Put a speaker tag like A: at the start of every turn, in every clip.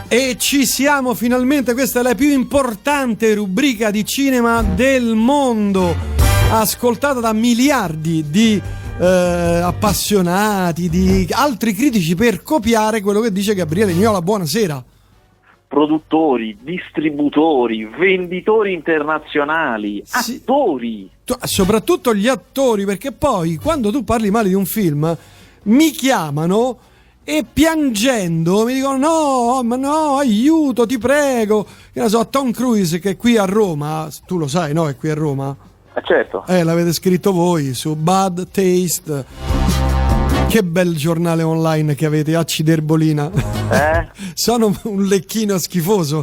A: E ci siamo finalmente, questa è la più importante rubrica di cinema del mondo, ascoltata da miliardi di appassionati, di altri critici, per copiare quello che dice Gabriele Niola. Buonasera.
B: Produttori, distributori, venditori internazionali,
A: sì,
B: attori.
A: Soprattutto gli attori, perché poi quando tu parli male di un film mi chiamano e piangendo mi dicono no, ma no, aiuto, ti prego. Che ne so, Tom Cruise, che è qui a Roma, tu lo sai, no? È qui a Roma.
B: Certo.
A: L'avete scritto voi su Bad Taste. Che bel giornale online che avete, Acciderbolina. Sono un lecchino schifoso.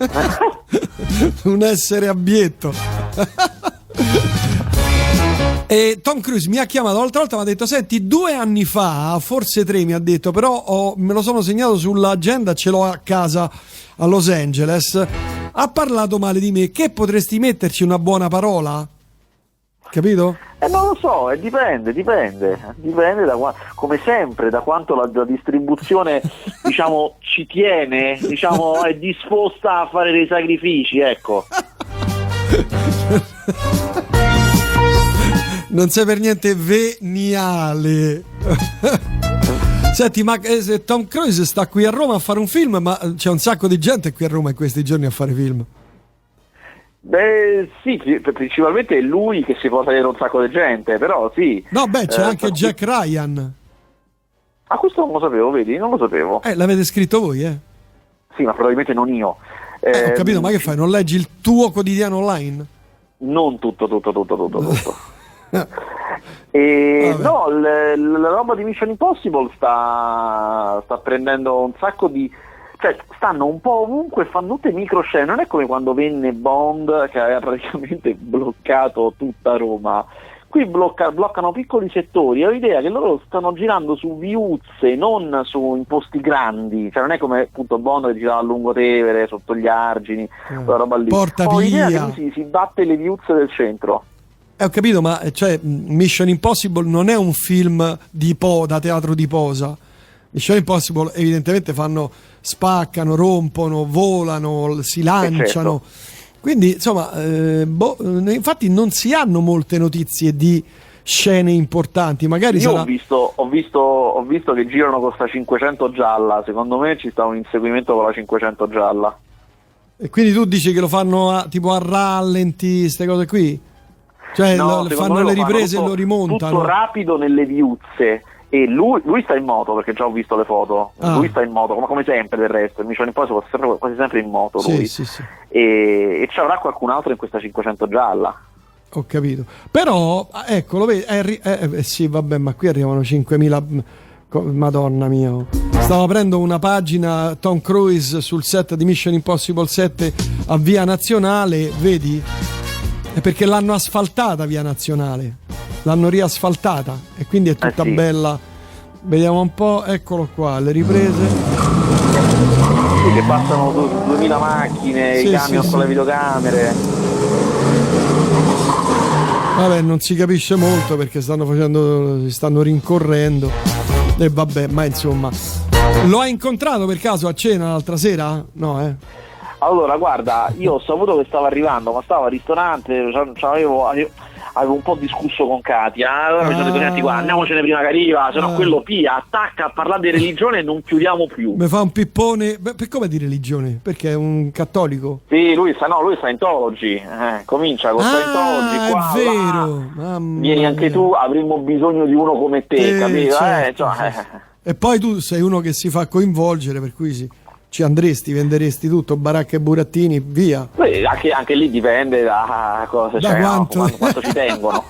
A: Un essere abietto. E Tom Cruise mi ha chiamato l'altra volta, mi ha detto: senti, 2 anni fa, forse 3, mi ha detto, però me lo sono segnato sull'agenda, ce l'ho a casa a Los Angeles. Ha parlato male di me, che potresti metterci una buona parola? Capito?
B: Non lo so, dipende da come sempre, da quanto la distribuzione diciamo ci tiene, diciamo è disposta a fare dei sacrifici, ecco.
A: Non sei per niente veniale. Senti, ma se Tom Cruise sta qui a Roma a fare un film, ma c'è un sacco di gente qui a Roma in questi giorni a fare film.
B: Beh sì, principalmente è lui che si può salire un sacco di gente, però sì.
A: No, beh, c'è anche Jack Ryan.
B: Ah, questo non lo sapevo, vedi? Non lo sapevo.
A: L'avete scritto voi,
B: Sì, ma probabilmente non io.
A: Ho capito, ma che fai? Non leggi il tuo quotidiano online?
B: Non tutto. No, la roba di Mission Impossible sta prendendo un sacco di... Cioè, stanno un po' ovunque, fanno tutte microscene. Non è come quando venne Bond, che aveva praticamente bloccato tutta Roma. Qui bloccano piccoli settori. Ho l'idea che loro stanno girando su viuzze, non in posti grandi. Cioè non è come appunto Bond che girava a Lungotevere, sotto gli argini, quella roba lì.
A: Porta
B: Ho l'idea
A: via.
B: che si batte le viuzze del centro.
A: Ho capito, ma cioè Mission Impossible non è un film da teatro di posa. Mission Impossible evidentemente spaccano, rompono, volano, si lanciano.
B: Certo.
A: Quindi insomma, infatti non si hanno molte notizie di scene importanti. Magari
B: io ho visto che girano con sta 500 gialla. Secondo me ci sta un inseguimento con la 500 gialla.
A: E quindi tu dici che lo fanno tipo a rallenti, queste cose qui? Cioè
B: no,
A: fanno le riprese e lo rimontano.
B: Tutto rapido nelle viuzze. E lui sta in moto, perché già ho visto le foto. Lui sta in moto, come sempre del resto. Il Mission Impossible è quasi sempre in moto lui.
A: Sì.
B: E ci avrà qualcun altro in questa 500 gialla.
A: Ho capito. Però, ecco, lo vedi, sì, vabbè, ma qui arrivano 5.000... Madonna mia. Stavo aprendo una pagina Tom Cruise sul set di Mission Impossible 7 a Via Nazionale, vedi? È perché l'hanno asfaltata Via Nazionale. L'hanno riasfaltata e quindi è tutta
B: sì.
A: Bella. Vediamo un po', eccolo qua, le riprese.
B: Sì, che passano 2000 macchine, i camion con le videocamere.
A: Vabbè, non si capisce molto perché si stanno rincorrendo. E vabbè, ma insomma. Lo hai incontrato per caso a cena l'altra sera? No,
B: Allora, guarda, io ho saputo che stava arrivando, ma stavo al ristorante, avevo un po' discusso con Katia, allora mi sono detto: senti qua, andiamocene prima che arriva, se no quello attacca a parlare di religione e non chiudiamo più.
A: Mi fa un pippone. Per come di religione? Perché è un cattolico?
B: Sì, lui sta Scientology, comincia con Scientology, qua,
A: è vero.
B: Vieni anche tu, avremmo bisogno di uno come te, capito?
A: Certo, E poi tu sei uno che si fa coinvolgere, per cui ci andresti, venderesti tutto, baracca e burattini, via.
B: Beh, anche lì dipende da cosa c'è, quanto ci tengono.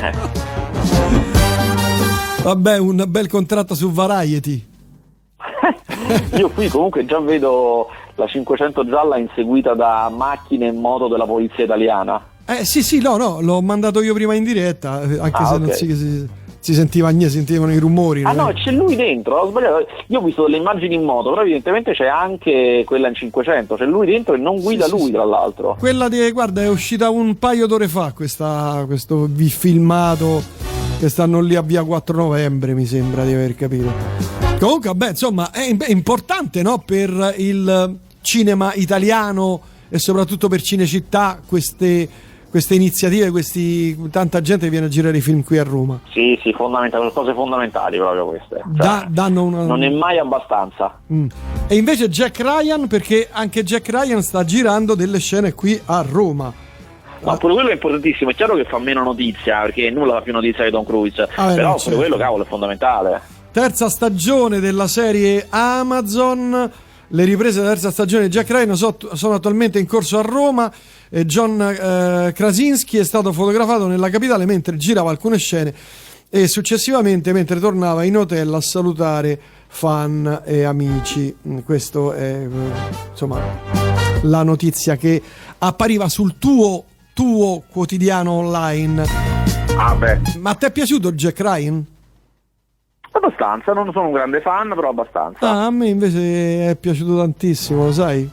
A: Vabbè, un bel contratto su Variety.
B: Io qui comunque già vedo la 500 gialla inseguita da macchine e moto della polizia italiana.
A: Sì, no, l'ho mandato io prima in diretta, anche se non si sentivano i rumori.
B: No, c'è lui dentro, ho sbagliato. Io ho visto delle immagini in moto, però evidentemente c'è anche quella in 500, c'è lui dentro e non guida lui. Tra l'altro.
A: Quella guarda, è uscita un paio d'ore fa questo filmato, che stanno lì a via 4 novembre, mi sembra di aver capito. Comunque, vabbè, insomma, è importante, no, per il cinema italiano e soprattutto per Cinecittà queste iniziative, tanta gente che viene a girare i film qui a Roma.
B: Sì, fondamentali, cose fondamentali proprio queste. Cioè, non è mai abbastanza.
A: E invece Jack Ryan, perché anche Jack Ryan sta girando delle scene qui a Roma.
B: Ma pure quello è importantissimo, è chiaro che fa meno notizia, perché nulla fa più notizia che Tom Cruise, però pure quello, cavolo, è fondamentale.
A: Terza stagione della serie Amazon, le riprese della terza stagione di Jack Ryan sono attualmente in corso a Roma. John Krasinski è stato fotografato nella capitale mentre girava alcune scene e successivamente mentre tornava in hotel a salutare fan e amici. Questo è insomma la notizia che appariva sul tuo quotidiano online. Ma a te è piaciuto Jack Ryan?
B: Abbastanza, non sono un grande fan, però abbastanza.
A: A me invece è piaciuto tantissimo, lo sai?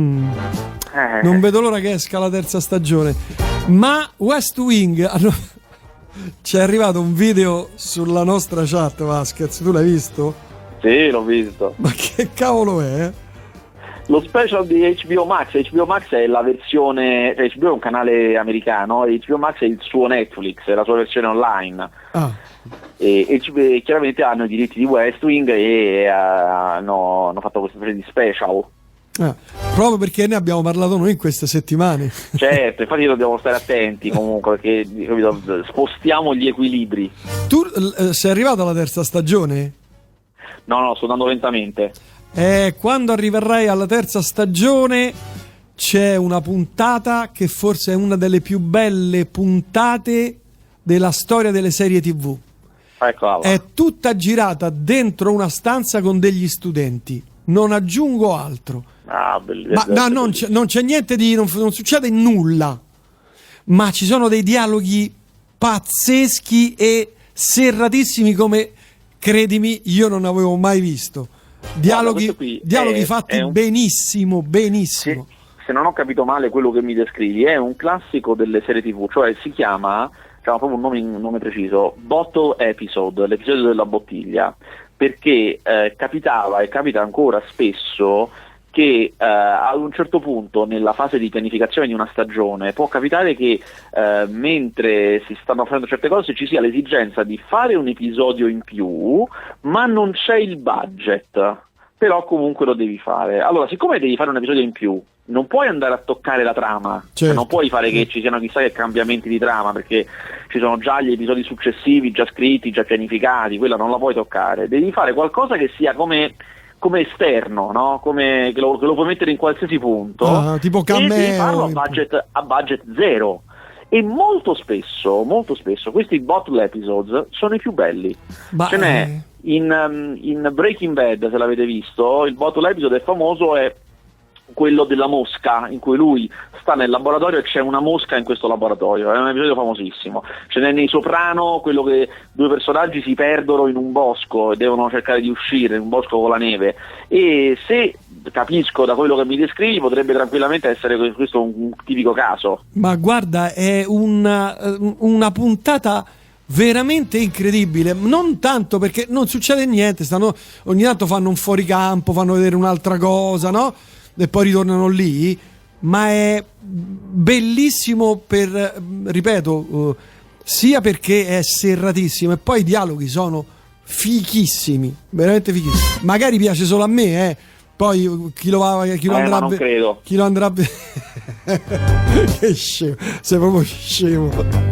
A: Non vedo l'ora che esca la terza stagione. Ma West Wing, c'è arrivato un video sulla nostra chat, Vasquez, tu l'hai visto?
B: Sì, l'ho visto.
A: Ma che cavolo è?
B: Lo special di HBO Max. HBO Max è la versione, cioè HBO è un canale americano, HBO Max è il suo Netflix, è la sua versione online. E chiaramente hanno i diritti di West Wing e hanno fatto questa specie di special.
A: Proprio perché ne abbiamo parlato noi in queste settimane.
B: Certo, infatti dobbiamo stare attenti comunque, perché capito, spostiamo gli equilibri.
A: Tu sei arrivato alla terza stagione?
B: No, sto andando lentamente.
A: Quando arriverai alla terza stagione c'è una puntata che forse è una delle più belle puntate della storia delle serie TV.
B: Eccola.
A: È tutta girata dentro una stanza con degli studenti, non aggiungo altro. Ma non c'è niente non succede nulla, ma ci sono dei dialoghi pazzeschi e serratissimi come, credimi, io non avevo mai visto. Dialoghi fatti benissimo.
B: Se non ho capito male quello che mi descrivi, è un classico delle serie TV, cioè si chiama, proprio un nome preciso, Bottle Episode, l'episodio della bottiglia, perché capitava e capita ancora spesso che ad un certo punto nella fase di pianificazione di una stagione può capitare che mentre si stanno facendo certe cose ci sia l'esigenza di fare un episodio in più, ma non c'è il budget, però comunque lo devi fare. Allora, siccome devi fare un episodio in più, non puoi andare a toccare la trama,
A: certo.
B: Non puoi fare che ci siano chissà che cambiamenti di trama, perché ci sono già gli episodi successivi, già scritti, già pianificati, quella non la puoi toccare. Devi fare qualcosa che sia come esterno, no? Che lo puoi mettere in qualsiasi punto,
A: tipo
B: e devi farlo a budget zero. E molto spesso questi bottle episodes sono i più belli. Ce n'è in Breaking Bad, se l'avete visto, il bottle episode è famoso, è quello della mosca, in cui lui sta nel laboratorio e c'è una mosca in questo laboratorio. È un episodio famosissimo. Ce n'è nei Soprano quello che due personaggi si perdono in un bosco e devono cercare di uscire in un bosco con la neve, e se capisco da quello che mi descrivi potrebbe tranquillamente essere questo un tipico caso. Ma
A: guarda, è una puntata veramente incredibile, non tanto perché non succede niente, ogni tanto fanno un fuoricampo, fanno vedere un'altra cosa, no? E poi ritornano lì, ma è bellissimo ripeto, sia perché è serratissimo e poi i dialoghi sono fichissimi, veramente fichissimi. Magari piace solo a me, poi chi lo andrà
B: non credo.
A: Chi lo andrà che scemo, sei proprio scemo.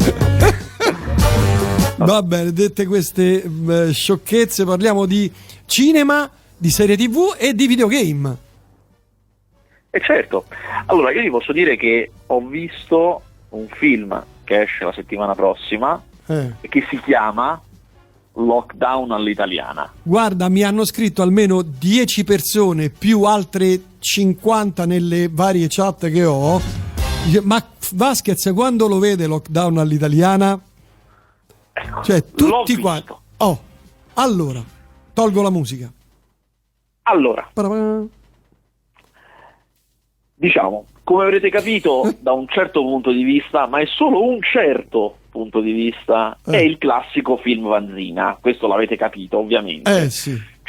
A: Va bene, dette queste sciocchezze, parliamo di cinema, di serie TV e di videogame.
B: Certo, allora io vi posso dire che ho visto un film che esce la settimana prossima che si chiama Lockdown all'italiana.
A: Guarda, mi hanno scritto almeno 10 persone più altre 50 nelle varie chat che ho. Ma Vasquez quando lo vede Lockdown all'italiana?
B: Ecco,
A: cioè tutti quanti. Allora, tolgo la musica.
B: Allora, diciamo, come avrete capito da un certo punto di vista, ma è solo un certo punto di vista, è il classico film Vanzina. Questo l'avete capito, ovviamente.
A: Sì.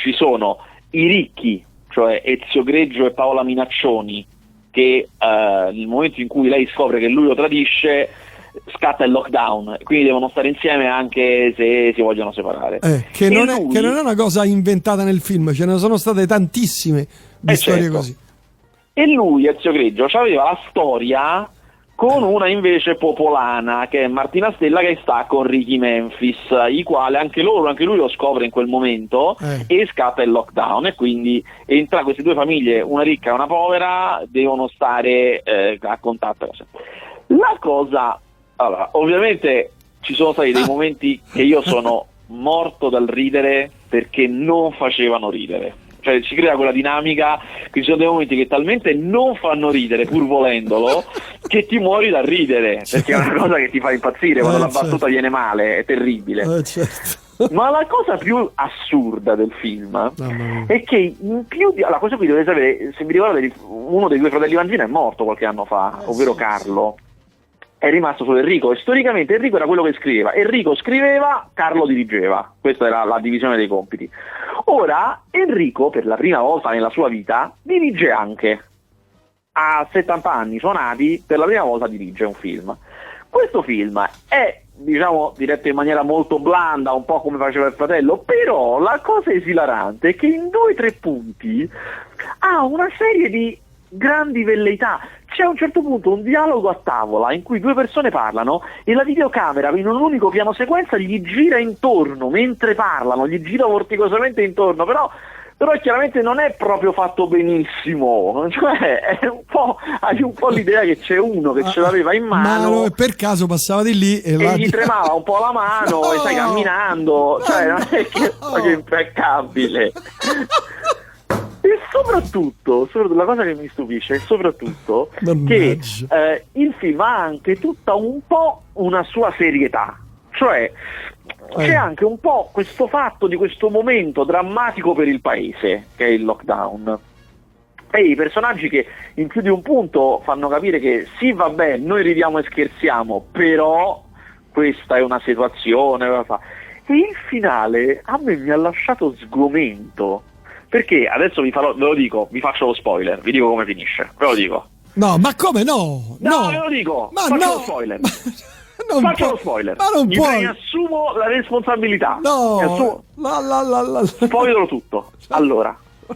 B: ci sono i ricchi, cioè Ezio Greggio e Paola Minaccioni, che nel momento in cui lei scopre che lui lo tradisce scatta il lockdown, quindi devono stare insieme anche se si vogliono separare.
A: Che non è una cosa inventata nel film, ce ne sono state tantissime di storie così.
B: E lui, Ezio Greggio, aveva la storia con una invece popolana, che è Martina Stella, che sta con Ricky Memphis, i quali anche lui lo scopre in quel momento e scatta il lockdown, e quindi entra queste due famiglie, una ricca e una povera, devono stare a contatto. La cosa, allora, ovviamente ci sono stati dei momenti che io sono morto dal ridere perché non facevano ridere. Cioè ci crea quella dinamica che ci sono dei momenti che talmente non fanno ridere pur volendolo che ti muori dal ridere, perché è una cosa che ti fa impazzire quando la battuta viene male, è terribile.
A: Certo.
B: Ma la cosa più assurda del film è che in più di... Allora, questo qui dovete sapere, se vi ricordate, uno dei due fratelli Vanzina è morto qualche anno fa, ovvero Carlo. È rimasto solo Enrico, e storicamente Enrico era quello che scriveva. Enrico scriveva, Carlo dirigeva. Questa era la divisione dei compiti. Ora Enrico, per la prima volta nella sua vita, dirige anche. A 70 anni suonati, per la prima volta dirige un film. Questo film è, diciamo, diretto in maniera molto blanda, un po' come faceva il fratello, però la cosa esilarante è che in 2 o 3 punti ha una serie di grandi velleità. C'è a un certo punto un dialogo a tavola in cui 2 persone parlano e la videocamera in un unico piano sequenza gli gira intorno mentre parlano, gli gira vorticosamente intorno, però chiaramente non è proprio fatto benissimo, cioè è hai un po' l'idea che c'è uno che ce l'aveva in mano
A: e per caso passava di lì e
B: gli tremava un po' la mano e stai camminando, cioè non è che è impeccabile. E soprattutto, la cosa che mi stupisce è soprattutto che il film ha anche tutta un po' una sua serietà, cioè c'è anche un po' questo fatto di questo momento drammatico per il paese, che è il lockdown, e i personaggi che in più di un punto fanno capire che sì, vabbè, noi ridiamo e scherziamo, però questa è una situazione, e il finale a me mi ha lasciato sgomento. Perché adesso ve lo dico, vi faccio lo spoiler, vi dico come finisce, ve lo dico.
A: No, ma come no?
B: No, ve lo dico, faccio lo spoiler. Faccio lo spoiler.
A: Ma non puoi.
B: Mi assumo la responsabilità.
A: No.
B: Spoilerò tutto. Allora,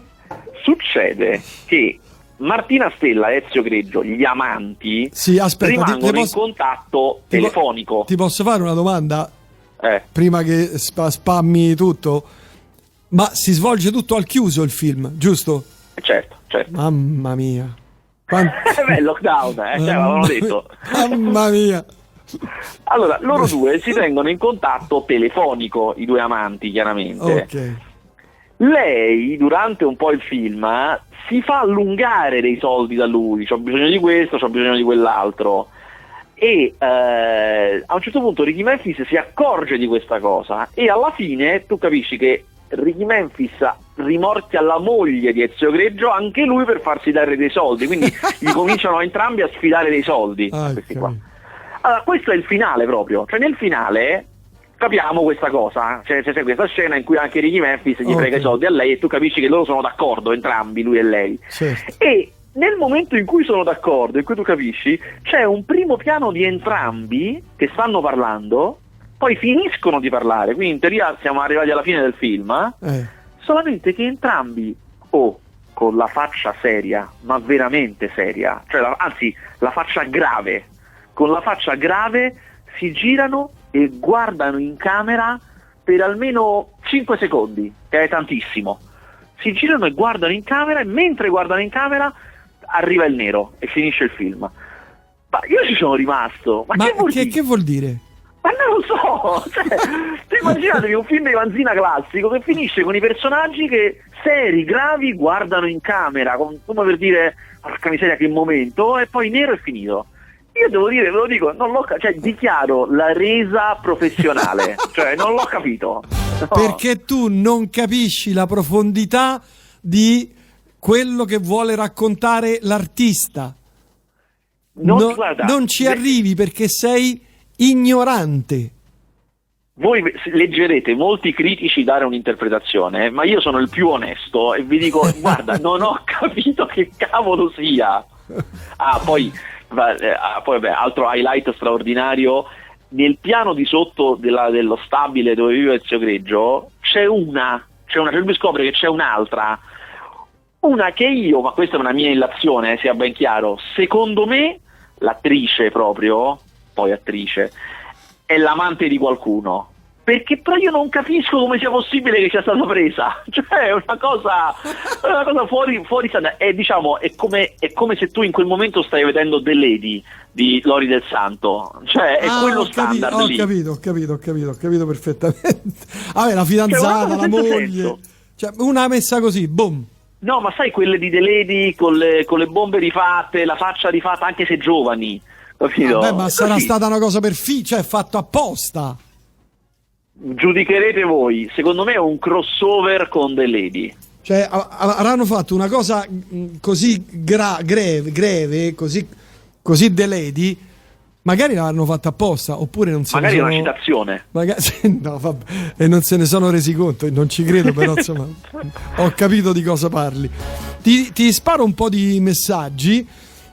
B: succede che Martina Stella e Ezio Greggio, gli amanti, rimangono in contatto telefonico.
A: Ti posso fare una domanda? Prima che spammi tutto? Ma si svolge tutto al chiuso il film, giusto?
B: Certo.
A: Mamma mia.
B: Beh, lockdown, l'avevano detto.
A: Mamma mia.
B: Allora, loro due si tengono in contatto telefonico, i 2 amanti, chiaramente.
A: Ok.
B: Lei, durante un po' il film, si fa allungare dei soldi da lui. C'ho bisogno di questo, c'ho bisogno di quell'altro. E a un certo punto Ricky Memphis si accorge di questa cosa e alla fine tu capisci che Ricky Memphis rimorchia la moglie di Ezio Greggio anche lui per farsi dare dei soldi, quindi gli cominciano entrambi a sfidare dei soldi. Questi qua. Allora, questo è il finale proprio, cioè nel finale capiamo questa cosa, c'è questa scena in cui anche Ricky Memphis gli frega i soldi a lei e tu capisci che loro sono d'accordo entrambi, lui e lei.
A: Certo.
B: E nel momento in cui sono d'accordo, in cui tu capisci, c'è un primo piano di entrambi che stanno parlando, poi finiscono di parlare, quindi in teoria siamo arrivati alla fine del film, solamente che entrambi, con la faccia seria, ma veramente seria, cioè anzi la faccia grave, con la faccia grave si girano e guardano in camera per almeno 5 secondi, che è tantissimo. Si girano e guardano in camera e mentre guardano in camera arriva il nero e finisce il film. Ma io ci sono rimasto. Ma
A: che vuol dire?
B: Ma non lo so, cioè, immaginatevi un film di Vanzina classico che finisce con i personaggi che seri, gravi, guardano in camera, come per dire, porca miseria che momento, e poi nero è finito. Io devo dire, ve lo dico, dichiaro la resa professionale, cioè non l'ho capito. No.
A: Perché tu non capisci la profondità di quello che vuole raccontare l'artista. Non ci arrivi perché sei ignorante.
B: Voi leggerete molti critici dare un'interpretazione, ma io sono il più onesto e vi dico, guarda, non ho capito che cavolo sia. Poi vabbè, altro highlight straordinario, nel piano di sotto dello stabile dove vive Ezio Greggio c'è una, cioè lui scopre che c'è un'altra, una che io, ma questa è una mia illazione, sia ben chiaro, secondo me l'attrice proprio, poi attrice, è l'amante di qualcuno, perché però io non capisco come sia possibile che sia stata presa, cioè è una cosa fuori standard. Diciamo è come se tu in quel momento stai vedendo The Lady di Lori del Santo, cioè è quello standard lì.
A: Ho capito perfettamente. Vabbè, la fidanzata, la moglie, cioè una messa così, boom.
B: No, ma sai quelle di The Lady con le bombe rifatte, la faccia rifatta, anche se giovani, capito?
A: Vabbè, ma sarà stata una cosa cioè fatto apposta.
B: Giudicherete voi, secondo me è un crossover con The Lady.
A: Cioè avranno fatto una cosa così greve, così The Lady, magari l'hanno fatta apposta, oppure non se
B: magari
A: ne
B: sono... Magari è una citazione.
A: No, vabbè, e non se ne sono resi conto, non ci credo, però insomma ho capito di cosa parli. Ti sparo un po' di messaggi.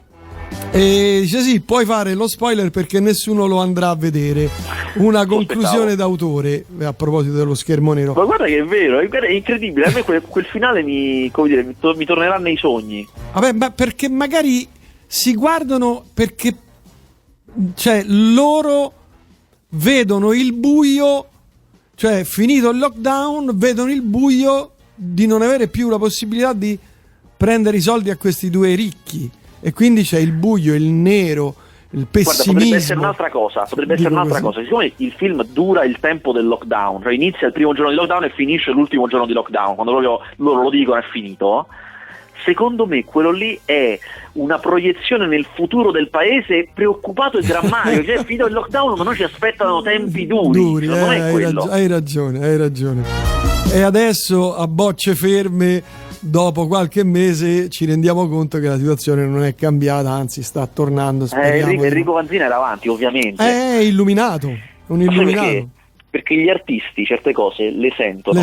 A: E dice sì, puoi fare lo spoiler perché nessuno lo andrà a vedere. Una conclusione d'autore a proposito dello schermo nero.
B: Ma guarda che è vero, è incredibile. A me quel finale mi tornerà nei sogni.
A: Vabbè, ma perché magari si guardano, perché cioè loro vedono il buio, cioè finito il lockdown, vedono il buio di non avere più la possibilità di prendere i soldi a questi due ricchi. E quindi c'è il buio, il nero, il pessimismo.
B: Guarda, potrebbe essere un'altra cosa. Siccome il film dura il tempo del lockdown, cioè inizia il primo giorno di lockdown e finisce l'ultimo giorno di lockdown, quando proprio loro lo dicono è finito, secondo me quello lì è una proiezione nel futuro del paese preoccupato e drammatico. Cioè è finito il lockdown, ma noi ci aspettano tempi duri. Secondo me è quello.
A: Hai ragione. E adesso a bocce ferme, dopo qualche mese ci rendiamo conto che la situazione non è cambiata, anzi sta tornando.
B: Enrico Vanzina era avanti, ovviamente.
A: È illuminato, un illuminato.
B: Perché gli artisti certe cose le sentono.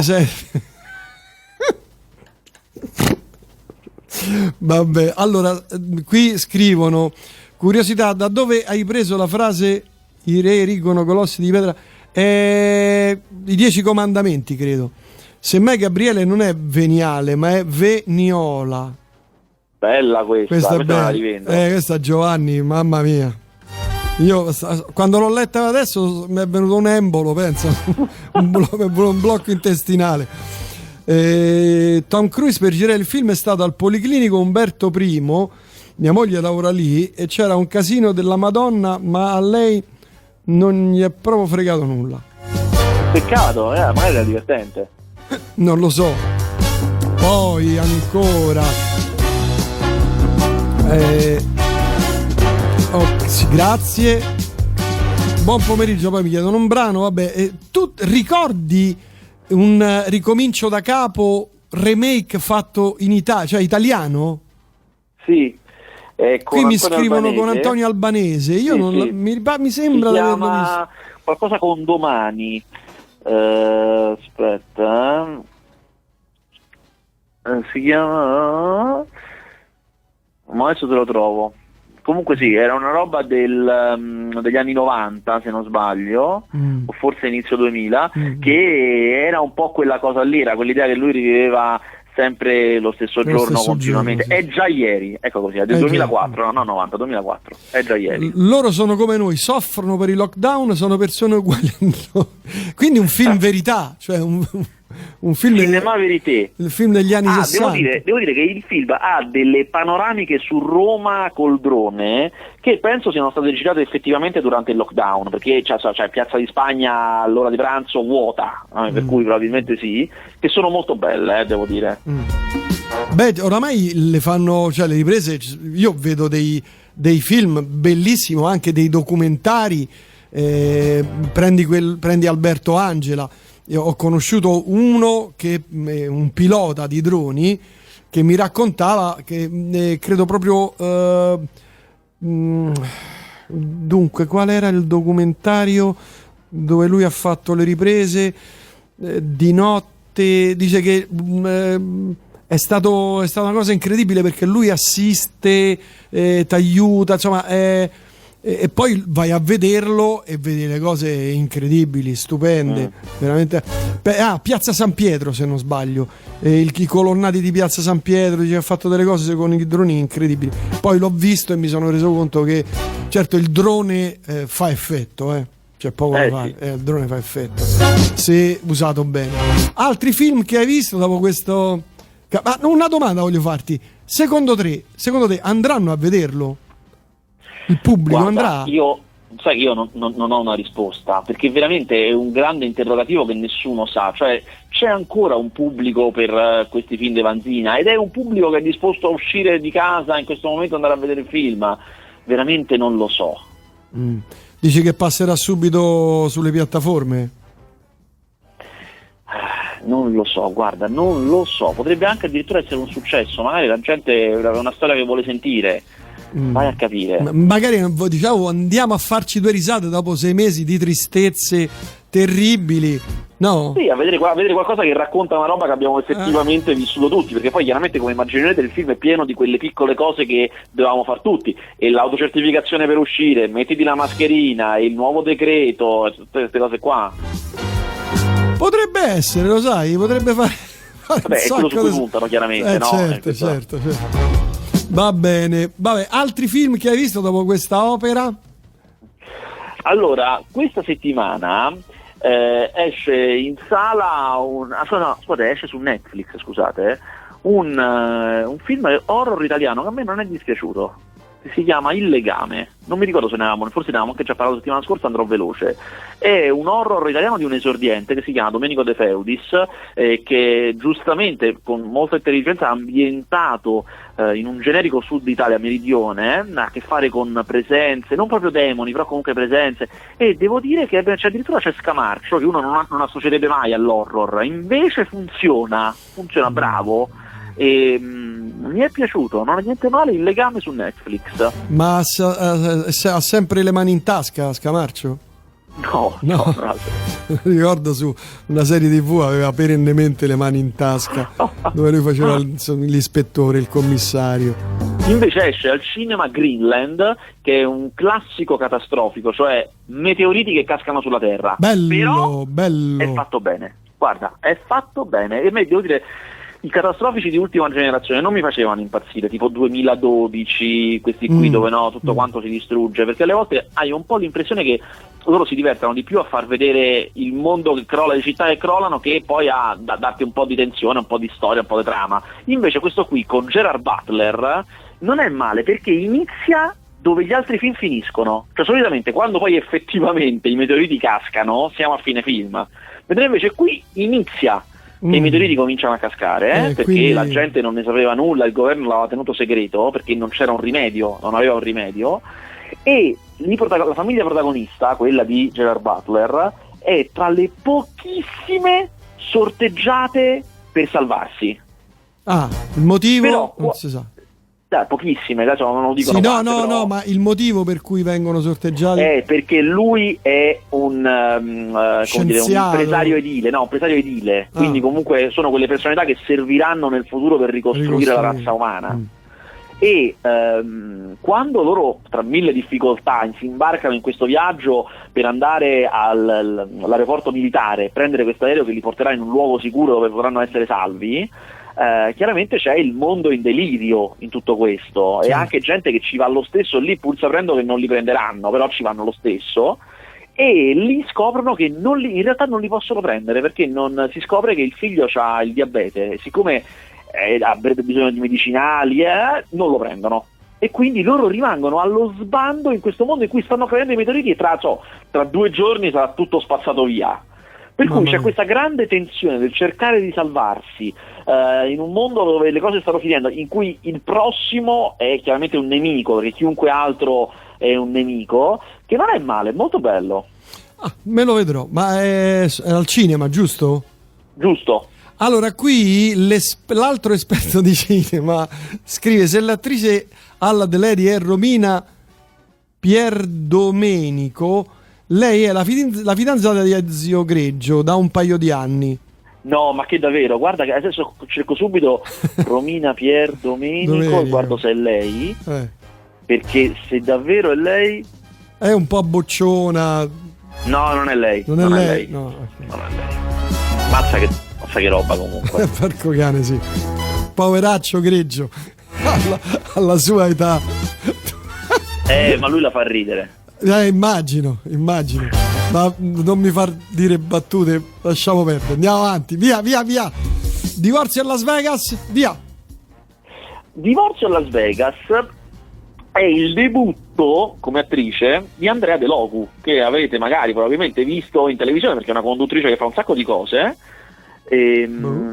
A: Vabbè, allora qui scrivono: curiosità, da dove hai preso la frase i re erigono colossi di pietra? I 10 comandamenti, credo. Semmai Gabriele non è veniale, ma è veniola.
B: Bella questa
A: è bella.
B: La rivendo.
A: Questa Giovanni, mamma mia. Io quando l'ho letta adesso mi è venuto un embolo, penso. un blocco intestinale. Tom Cruise per girare il film è stato al Policlinico Umberto I, mia moglie lavora lì, e c'era un casino della Madonna, ma a lei non gli è proprio fregato nulla.
B: Peccato, magari era divertente.
A: Non lo so. Poi ancora sì, grazie, buon pomeriggio. Poi mi chiedono un brano, vabbè, tu ricordi un ricomincio da capo remake fatto in Italia, cioè italiano?
B: Sì,
A: qui mi scrivono Albanese. Con Antonio Albanese. Io
B: sì.
A: Mi sembra
B: si chiama qualcosa con domani. Aspetta, si chiama, ma adesso te lo trovo. Comunque sì, era una roba degli anni 90, se non sbaglio, o forse inizio 2000, che era un po' quella cosa lì, era quell'idea che lui riviveva sempre lo stesso giorno continuamente. Giorno, sì. È già ieri, ecco così, è del 2004, no 90, 2004, è già ieri.
A: Loro sono come noi, soffrono per il lockdown, sono persone uguali a noi. Quindi un film verità, cioè un film
B: Cinema Verité.
A: Il film degli anni 60.
B: Devo dire che il film ha delle panoramiche su Roma col drone che penso siano state girate effettivamente durante il lockdown, perché c'è Piazza di Spagna all'ora di pranzo vuota, per cui probabilmente sì, che sono molto belle, devo dire.
A: Beh, oramai le fanno, cioè le riprese, io vedo dei film bellissimi, anche dei documentari, prendi Alberto Angela. Io ho conosciuto uno che un pilota di droni che mi raccontava che credo proprio dunque qual era il documentario? dove lui ha fatto le riprese di notte. Dice che è stato una cosa incredibile perché lui assiste, t'aiuta, insomma, e poi vai a vederlo e vedi le cose incredibili, stupende, veramente. Piazza San Pietro, se non sbaglio, i colonnati di Piazza San Pietro, dice, ha fatto delle cose con i droni incredibili. Poi l'ho visto e mi sono reso conto che certo il drone fa effetto, c'è poco da fare, sì. Il drone fa effetto se usato bene. Altri film che hai visto dopo questo? Ma una domanda voglio farti: secondo te andranno a vederlo? Il pubblico andrà?
B: Io non ho una risposta, perché veramente è un grande interrogativo che nessuno sa. Cioè, c'è ancora un pubblico per questi film di Vanzina, ed è un pubblico che è disposto a uscire di casa in questo momento e andare a vedere il film? Veramente non lo so.
A: Dici che passerà subito sulle piattaforme?
B: Non lo so, guarda, non lo so. Potrebbe anche addirittura essere un successo, magari la gente è una storia che vuole sentire. Vai a capire.
A: Magari diciamo andiamo a farci due risate dopo 6 mesi di tristezze terribili, no?
B: Sì, a vedere qualcosa che racconta una roba che abbiamo effettivamente vissuto tutti, perché poi chiaramente, come immaginerete, il film è pieno di quelle piccole cose che dovevamo far tutti, e l'autocertificazione per uscire, mettiti la mascherina, il nuovo decreto, tutte queste cose qua.
A: Potrebbe essere, lo sai, potrebbe fare
B: vabbè, è quello su cui puntano, chiaramente, no?
A: Certo. Va bene, vabbè, altri film che hai visto dopo questa opera?
B: Allora, questa settimana esce in sala esce su Netflix, scusate, un film horror italiano che a me non è dispiaciuto. Si chiama Il Legame, non mi ricordo se ne avevamo, forse ne avevamo anche già parlato la settimana scorsa, andrò veloce. È un horror italiano di un esordiente che si chiama Domenico De Feudis, che giustamente con molta intelligenza ha ambientato in un generico sud Italia meridione, ha a che fare con presenze, non proprio demoni, però comunque presenze, e devo dire che addirittura c'è Scamarcio, che uno non associerebbe mai all'horror, invece funziona bravo. E mi è piaciuto, non è niente male. Il Legame su Netflix.
A: Ma ha sempre le mani in tasca Scamarcio?
B: No.
A: Ricordo su una serie TV aveva perennemente le mani in tasca dove lui faceva l'ispettore, il commissario.
B: Invece esce al cinema Greenland, che è un classico catastrofico, cioè meteoriti che cascano sulla Terra. Bello. È fatto bene, guarda, è fatto bene. E a me, devo dire, i catastrofici di ultima generazione non mi facevano impazzire, tipo 2012, questi qui dove tutto quanto si distrugge, perché alle volte hai un po' l'impressione che loro si divertano di più a far vedere il mondo che crolla, le città che crollano, che poi a darti un po' di tensione, un po' di storia, un po' di trama. Invece questo qui con Gerard Butler non è male, perché inizia dove gli altri film finiscono, cioè solitamente quando poi effettivamente i meteoriti cascano siamo a fine film, mentre invece qui inizia e i meteoriti cominciano a cascare, perché
A: quindi
B: la gente non ne sapeva nulla, il governo l'aveva tenuto segreto perché non c'era un rimedio, non aveva un rimedio, e la famiglia protagonista, quella di Gerard Butler, è tra le pochissime sorteggiate per salvarsi.
A: Il motivo
B: però,
A: non si sa.
B: Pochissime, adesso non lo dicono.
A: No, ma il motivo per cui vengono sorteggiati
B: è perché lui è un impresario edile, quindi comunque sono quelle personalità che serviranno nel futuro per ricostruire la razza umana. E quando loro, tra mille difficoltà, si imbarcano in questo viaggio per andare all'aeroporto militare, prendere questo aereo che li porterà in un luogo sicuro dove potranno essere salvi, chiaramente c'è il mondo in delirio in tutto questo, e anche gente che ci va lo stesso lì, pur sapendo che non li prenderanno, però ci vanno lo stesso, e lì scoprono che in realtà non li possono prendere, perché si scopre che il figlio ha il diabete, e siccome avrebbe bisogno di medicinali, non lo prendono, e quindi loro rimangono allo sbando in questo mondo in cui stanno cadendo i meteoriti, e tra 2 giorni sarà tutto spazzato via. Per cui c'è questa grande tensione del cercare di salvarsi in un mondo dove le cose stanno finendo, in cui il prossimo è chiaramente un nemico, perché chiunque altro è un nemico, che non è male, è molto bello.
A: Me lo vedrò, ma è al cinema, giusto?
B: Giusto.
A: Allora, qui l'altro esperto di cinema scrive: se l'attrice Alla De Lady è Romina Pierdomenico, Lei è la fidanzata di Ezio Greggio da un paio di anni.
B: No, ma che davvero? Guarda che adesso cerco subito Romina Pier Domenico e guardo se è lei. Perché se davvero è lei...
A: È un po' bocciona.
B: No, non è lei.
A: Non è lei? No,
B: okay. Non è lei. Mazza che roba comunque.
A: Porco cane, sì. Poveraccio Greggio. alla sua età.
B: Ma lui la fa ridere.
A: Immagino. Ma non mi far dire battute, lasciamo perdere. Andiamo avanti, via. Divorzio a Las Vegas, via.
B: Divorzio a Las Vegas è il debutto come attrice di Andrea De Logu, che avete magari probabilmente visto in televisione perché è una conduttrice che fa un sacco di cose. E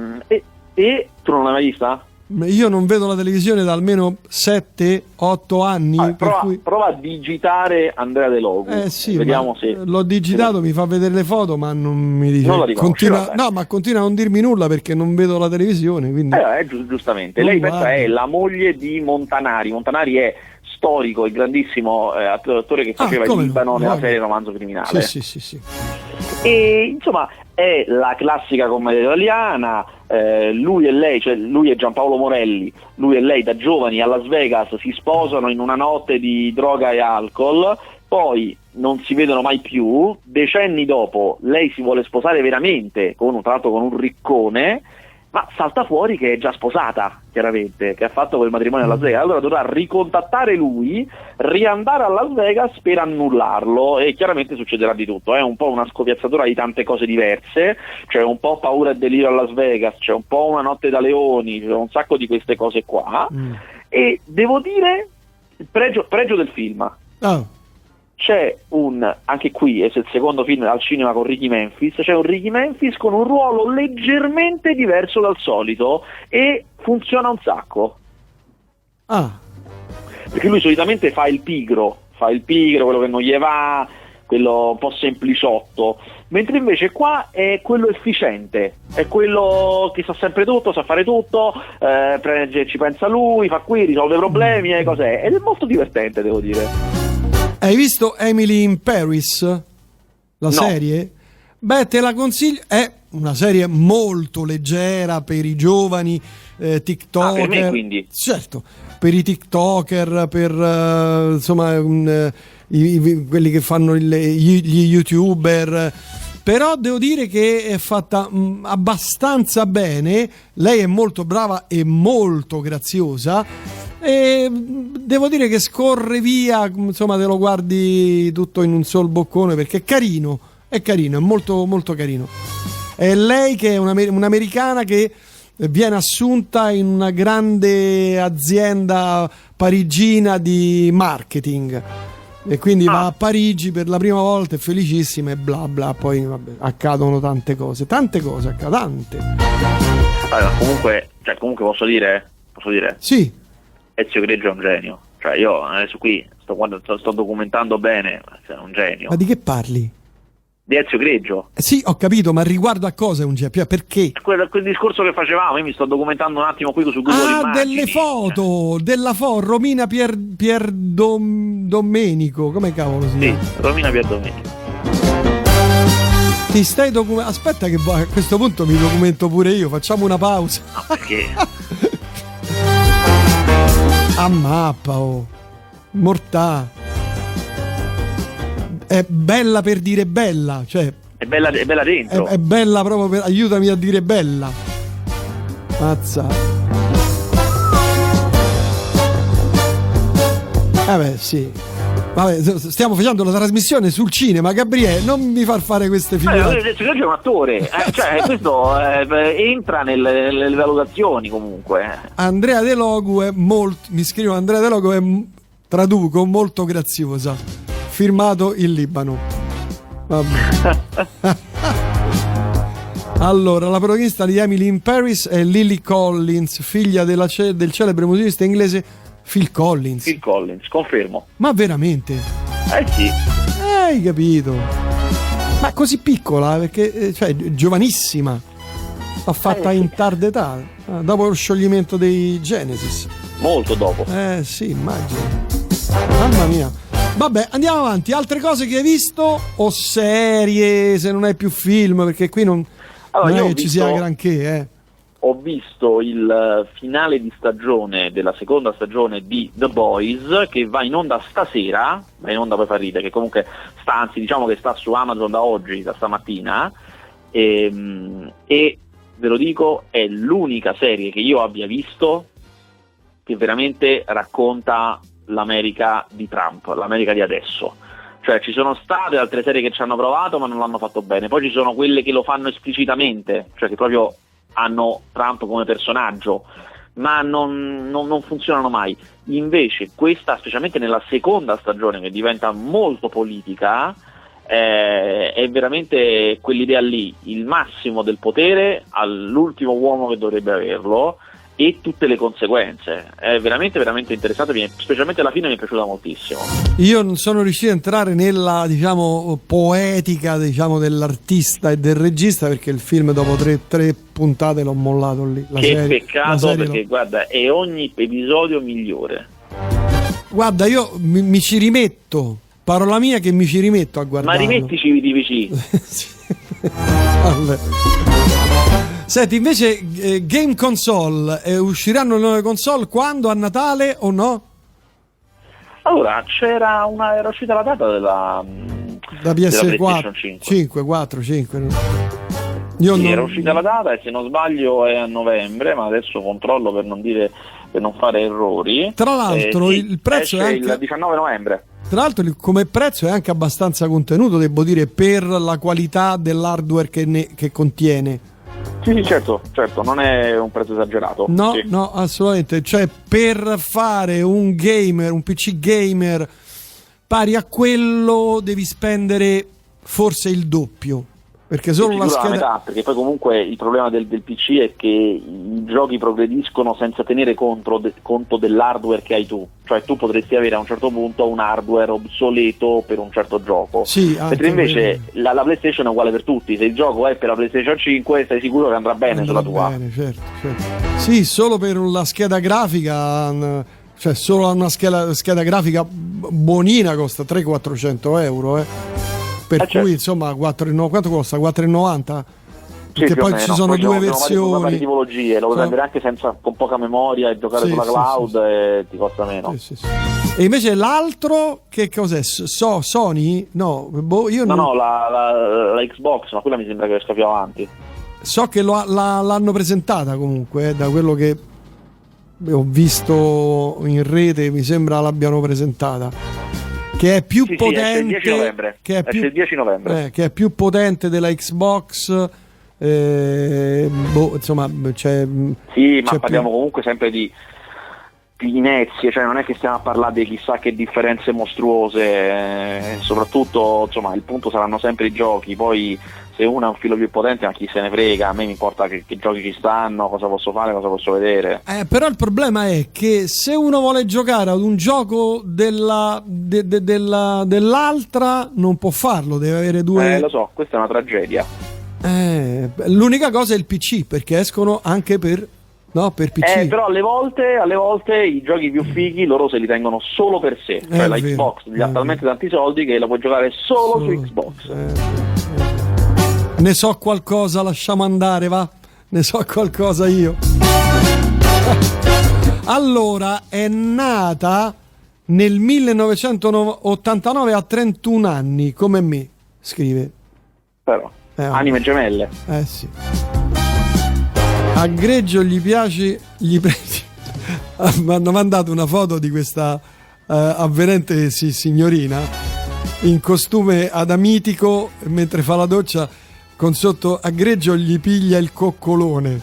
B: tu non l'hai mai vista?
A: Io non vedo la televisione da almeno 7-8 anni.
B: Prova a digitare Andrea De Logu.
A: Sì,
B: vediamo se
A: l'ho digitato, mi fa vedere le foto, ma non mi dice.
B: Non la riconosci,
A: continua a non dirmi nulla perché non vedo la televisione. Quindi...
B: giustamente. Lei questa è la moglie di Montanari. Montanari è storico e grandissimo attore che faceva il Libano nella serie Romanzo Criminale.
A: Sì.
B: E insomma è la classica commedia italiana. Lui e lei, cioè lui e Giampaolo Morelli, lui e lei da giovani a Las Vegas si sposano in una notte di droga e alcol, poi non si vedono mai più. Decenni dopo lei si vuole sposare veramente, tra l'altro con un riccone, ma salta fuori che è già sposata, chiaramente, che ha fatto quel matrimonio a Las Vegas. Allora dovrà ricontattare lui, riandare a Las Vegas per annullarlo, e chiaramente succederà di tutto. È un po' una scopiazzatura di tante cose diverse, c'è un po' paura e delirio a Las Vegas, c'è un po' una notte da leoni, c'è un sacco di queste cose qua. E devo dire il pregio del film. C'è anche qui è il secondo film al cinema con Ricky Menfield, c'è un Ricky Menfield con un ruolo leggermente diverso dal solito e funziona un sacco. Perché lui solitamente fa il pigro, quello che non gli va, quello un po' sempliciotto, mentre invece qua è quello efficiente, è quello che sa sempre tutto, sa fare tutto, ci pensa lui, fa qui, risolve problemi e cos'è, ed è molto divertente, devo dire.
A: Hai visto Emily in Paris? La serie? Beh, te la consiglio. È una serie molto leggera per i giovani TikToker.
B: Per me, quindi?
A: Certo, per i TikToker, per insomma quelli che fanno gli YouTuber. Però devo dire che è fatta abbastanza bene. Lei è molto brava e molto graziosa. E devo dire che scorre via, insomma, te lo guardi tutto in un sol boccone perché è carino, è molto molto carino. È lei che è un'americana che viene assunta in una grande azienda parigina di marketing e quindi va a Parigi per la prima volta, è felicissima e bla bla, poi vabbè, accadono tante cose accadono, tante.
B: Allora, comunque posso dire?
A: Sì.
B: Ezio Greggio è un genio, cioè io adesso qui sto documentando bene, è un genio.
A: Ma di che parli?
B: Di Ezio Greggio.
A: Sì, ho capito, ma riguardo a cosa è un genio? Perché?
B: Quel discorso che facevamo, io mi sto documentando un attimo qui su Google Immagini.
A: Delle foto, Romina Pier Domenico, come cavolo si chiama?
B: Sì, Romina Pier Domenico.
A: Ti stai aspetta che a questo punto mi documento pure io, facciamo una pausa.
B: No, perché?
A: A mappa, mortà. È bella per dire bella, cioè
B: è bella dentro.
A: È bella proprio aiutami a dire bella. Mazza. Sì. Vabbè, stiamo facendo la trasmissione sul cinema, Gabriele, non mi far fare queste figurate.
B: Ezio Greggio è un attore, cioè questo entra nelle valutazioni comunque.
A: Andrea De Logu è mi scrivo Andrea De Logu è, traduco, molto graziosa. Firmato in Libano. Vabbè. Allora, la protagonista di Emily in Paris è Lily Collins, figlia del celebre musicista inglese Phil Collins,
B: confermo.
A: Ma veramente?
B: Sì.
A: Hai capito? Ma così piccola, perché cioè giovanissima. L'ha fatta in tarda età, dopo lo scioglimento dei Genesis.
B: Molto dopo.
A: Sì, immagino. Mamma mia. Vabbè, andiamo avanti. Altre cose che hai visto o serie, se non hai più film, perché qui non è che ci sia granché,
B: Ho visto il finale di stagione della seconda stagione di The Boys, che va in onda stasera, va in onda poi fa ridere, che comunque diciamo che sta su Amazon da oggi, da stamattina, e ve lo dico, è l'unica serie che io abbia visto che veramente racconta l'America di Trump, l'America di adesso. Cioè ci sono state altre serie che ci hanno provato ma non l'hanno fatto bene, poi ci sono quelle che lo fanno esplicitamente, cioè che proprio hanno Trump come personaggio, ma non funzionano mai. Invece questa, specialmente nella seconda stagione, che diventa molto politica, è veramente quell'idea lì, il massimo del potere all'ultimo uomo che dovrebbe averlo e tutte le conseguenze. È veramente veramente interessante, specialmente alla fine mi è piaciuta moltissimo.
A: Io non sono riuscito a entrare nella, diciamo, poetica, diciamo, dell'artista e del regista, perché il film dopo tre puntate l'ho mollato lì.
B: Peccato, perché guarda, è ogni episodio migliore.
A: Guarda, io mi ci rimetto, parola mia, che mi ci rimetto a guardarlo.
B: Ma rimettici i DVD.
A: Vabbè. Senti, invece game console, usciranno le nuove console quando? A Natale o no?
B: Allora, era uscita la data della
A: PS4 5, 4, 5. Era uscita la data e se non sbaglio è a novembre, ma adesso controllo per non fare errori. Tra l'altro il prezzo è anche
B: il 19 novembre.
A: Tra l'altro come prezzo è anche abbastanza contenuto, devo dire, per la qualità dell'hardware che contiene.
B: Sì, certo, non è un prezzo esagerato.
A: No,
B: sì.
A: No, assolutamente. Cioè, per fare un PC gamer pari a quello devi spendere forse il doppio. Perché solo la scheda...
B: metà, perché poi comunque il problema del PC è che i giochi progrediscono senza tenere conto dell'hardware che hai tu. Cioè tu potresti avere a un certo punto un hardware obsoleto per un certo gioco.
A: Sì,
B: mentre invece la PlayStation è uguale per tutti. Se il gioco è per la PlayStation 5 stai sicuro che andrà bene sulla tua.
A: Bene, certo. Sì, solo per la scheda grafica, cioè solo una scheda grafica buonina costa 300-400 euro, per cui certo. Insomma quanto costa? 4,90? Perché poi ci sono due versioni,
B: varie tipologie, lo puoi prendere anche con poca memoria e giocare sulla cloud e ti costa meno.
A: Sì. E invece l'altro che cos'è? Sony? No, io
B: no, la Xbox, ma quella mi sembra che esca più avanti.
A: So che l'hanno presentata comunque, da quello che ho visto in rete mi sembra l'abbiano presentata. Che è più potente,
B: esce il 10 novembre. Il 10 novembre.
A: Che è più potente della Xbox. Insomma,
B: ma parliamo comunque sempre di inezie, cioè non è che stiamo a parlare di chissà che differenze mostruose, soprattutto insomma il punto saranno sempre i giochi. Poi se uno è un filo più potente, ma chi se ne frega, a me mi importa che giochi ci stanno, cosa posso fare, cosa posso vedere.
A: Però il problema è che se uno vuole giocare ad un gioco dell'altra non può farlo, deve avere due.
B: Lo so, questa è una tragedia.
A: L'unica cosa è il PC, perché escono anche per PC.
B: Però alle volte i giochi più fighi loro se li tengono solo per sé, cioè la Xbox gli ha talmente tanti soldi che la puoi giocare solo su Xbox.
A: Ne so qualcosa, lasciamo andare, va? Ne so qualcosa io. Allora, è nata nel 1989 a 31 anni, come me, scrive.
B: Però, anime gemelle.
A: Sì. A Greggio gli piace, mi hanno mandato una foto di questa avvenente signorina in costume adamitico mentre fa la doccia, con sotto a Greggio gli piglia il coccolone.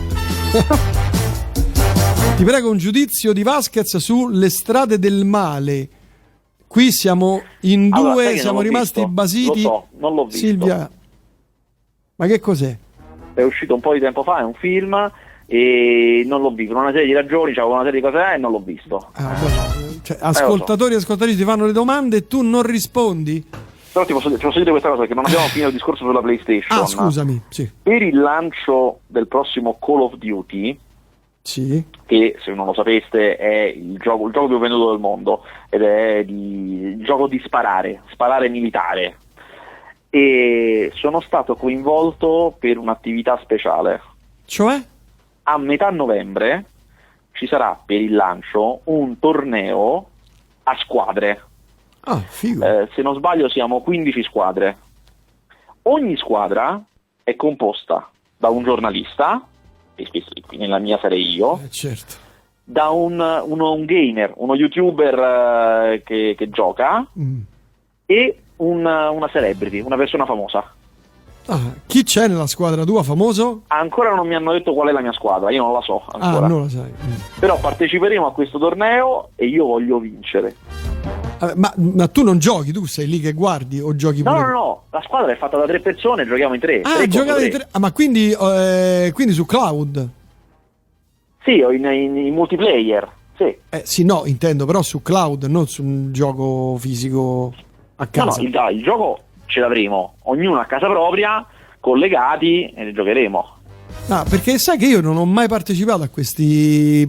A: Ti prego un giudizio di Vasquez su Le strade del male. Qui siamo in due, siamo rimasti basiti.
B: Lo so, non l'ho visto.
A: Silvia, ma che cos'è?
B: È uscito un po' di tempo fa, è un film e non l'ho visto, per una serie di ragioni, c'avevo una serie di cose e non l'ho visto.
A: Ascoltatori e ascoltatrici ti fanno le domande e tu non rispondi?
B: Però ti posso dire questa cosa, perché non abbiamo finito il discorso sulla PlayStation.
A: Scusami, sì.
B: Per il lancio del prossimo Call of Duty
A: Sì.
B: che se non lo sapeste è il gioco più venduto del mondo, ed è il gioco di sparare militare, e sono stato coinvolto per un'attività speciale.
A: Cioè?
B: A metà novembre ci sarà per il lancio un torneo a squadre.
A: Ah, figo.
B: Se non sbaglio siamo 15 squadre. Ogni squadra è composta da un giornalista, che nella mia sarei io,
A: Certo.
B: da un gamer, uno youtuber che gioca, e una celebrity, una persona famosa.
A: Ah, chi c'è nella squadra tua famoso?
B: Ancora non mi hanno detto qual è la mia squadra, io non la so ancora.
A: Ah, non lo sai.
B: Però parteciperemo a questo torneo e io voglio vincere.
A: Ma tu non giochi, tu sei lì che guardi o giochi pure?
B: No, la squadra è fatta da 3 persone, giochiamo in 3.
A: Ah, giocate in 3. Ah, ma quindi su cloud?
B: Sì, o in multiplayer, sì.
A: Sì, no, intendo, però su cloud, non su un gioco fisico a casa.
B: No, il gioco ce l'avremo, ognuno a casa propria, collegati, e ne giocheremo.
A: Ah, perché sai che io non ho mai partecipato a questi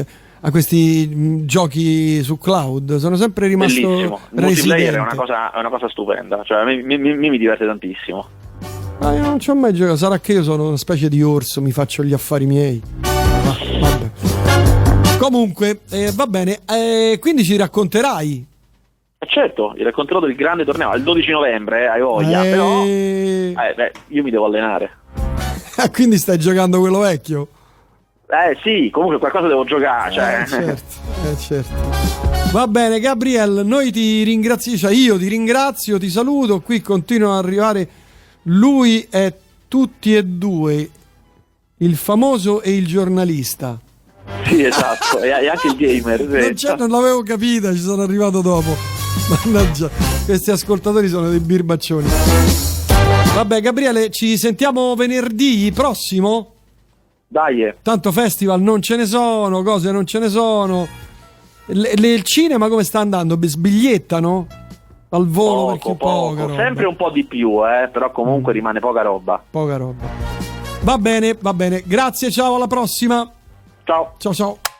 A: giochi su cloud, sono sempre rimasto
B: bellissimo. Il multiplayer è una cosa stupenda, cioè mi diverte tantissimo.
A: Io non ci ho mai giocato, sarà che io sono una specie di orso, mi faccio gli affari miei. Vabbè. Comunque, va bene, quindi ci racconterai.
B: Certo, vi racconterò del grande torneo il 12 novembre, hai voglia, però io mi devo allenare.
A: Quindi stai giocando quello vecchio?
B: Sì, comunque qualcosa devo giocare, cioè.
A: Certo. Va bene, Gabriel, noi ti ringraziamo, cioè io ti ringrazio, ti saluto, qui continuano ad arrivare, lui è tutti e due, il famoso e il giornalista.
B: Sì, esatto, e anche il gamer.
A: Non l'avevo capita, ci sono arrivato dopo. Mannaggia, questi ascoltatori sono dei birbaccioni. Vabbè, Gabriele, ci sentiamo venerdì prossimo?
B: Dai.
A: Tanto festival non ce ne sono, cose non ce ne sono. Il cinema come sta andando? Sbigliettano? Al volo, perché poca roba.
B: Sempre un po' di più, però comunque rimane poca roba.
A: Poca roba. Va bene, grazie, ciao, alla prossima.
B: Ciao.
A: Ciao.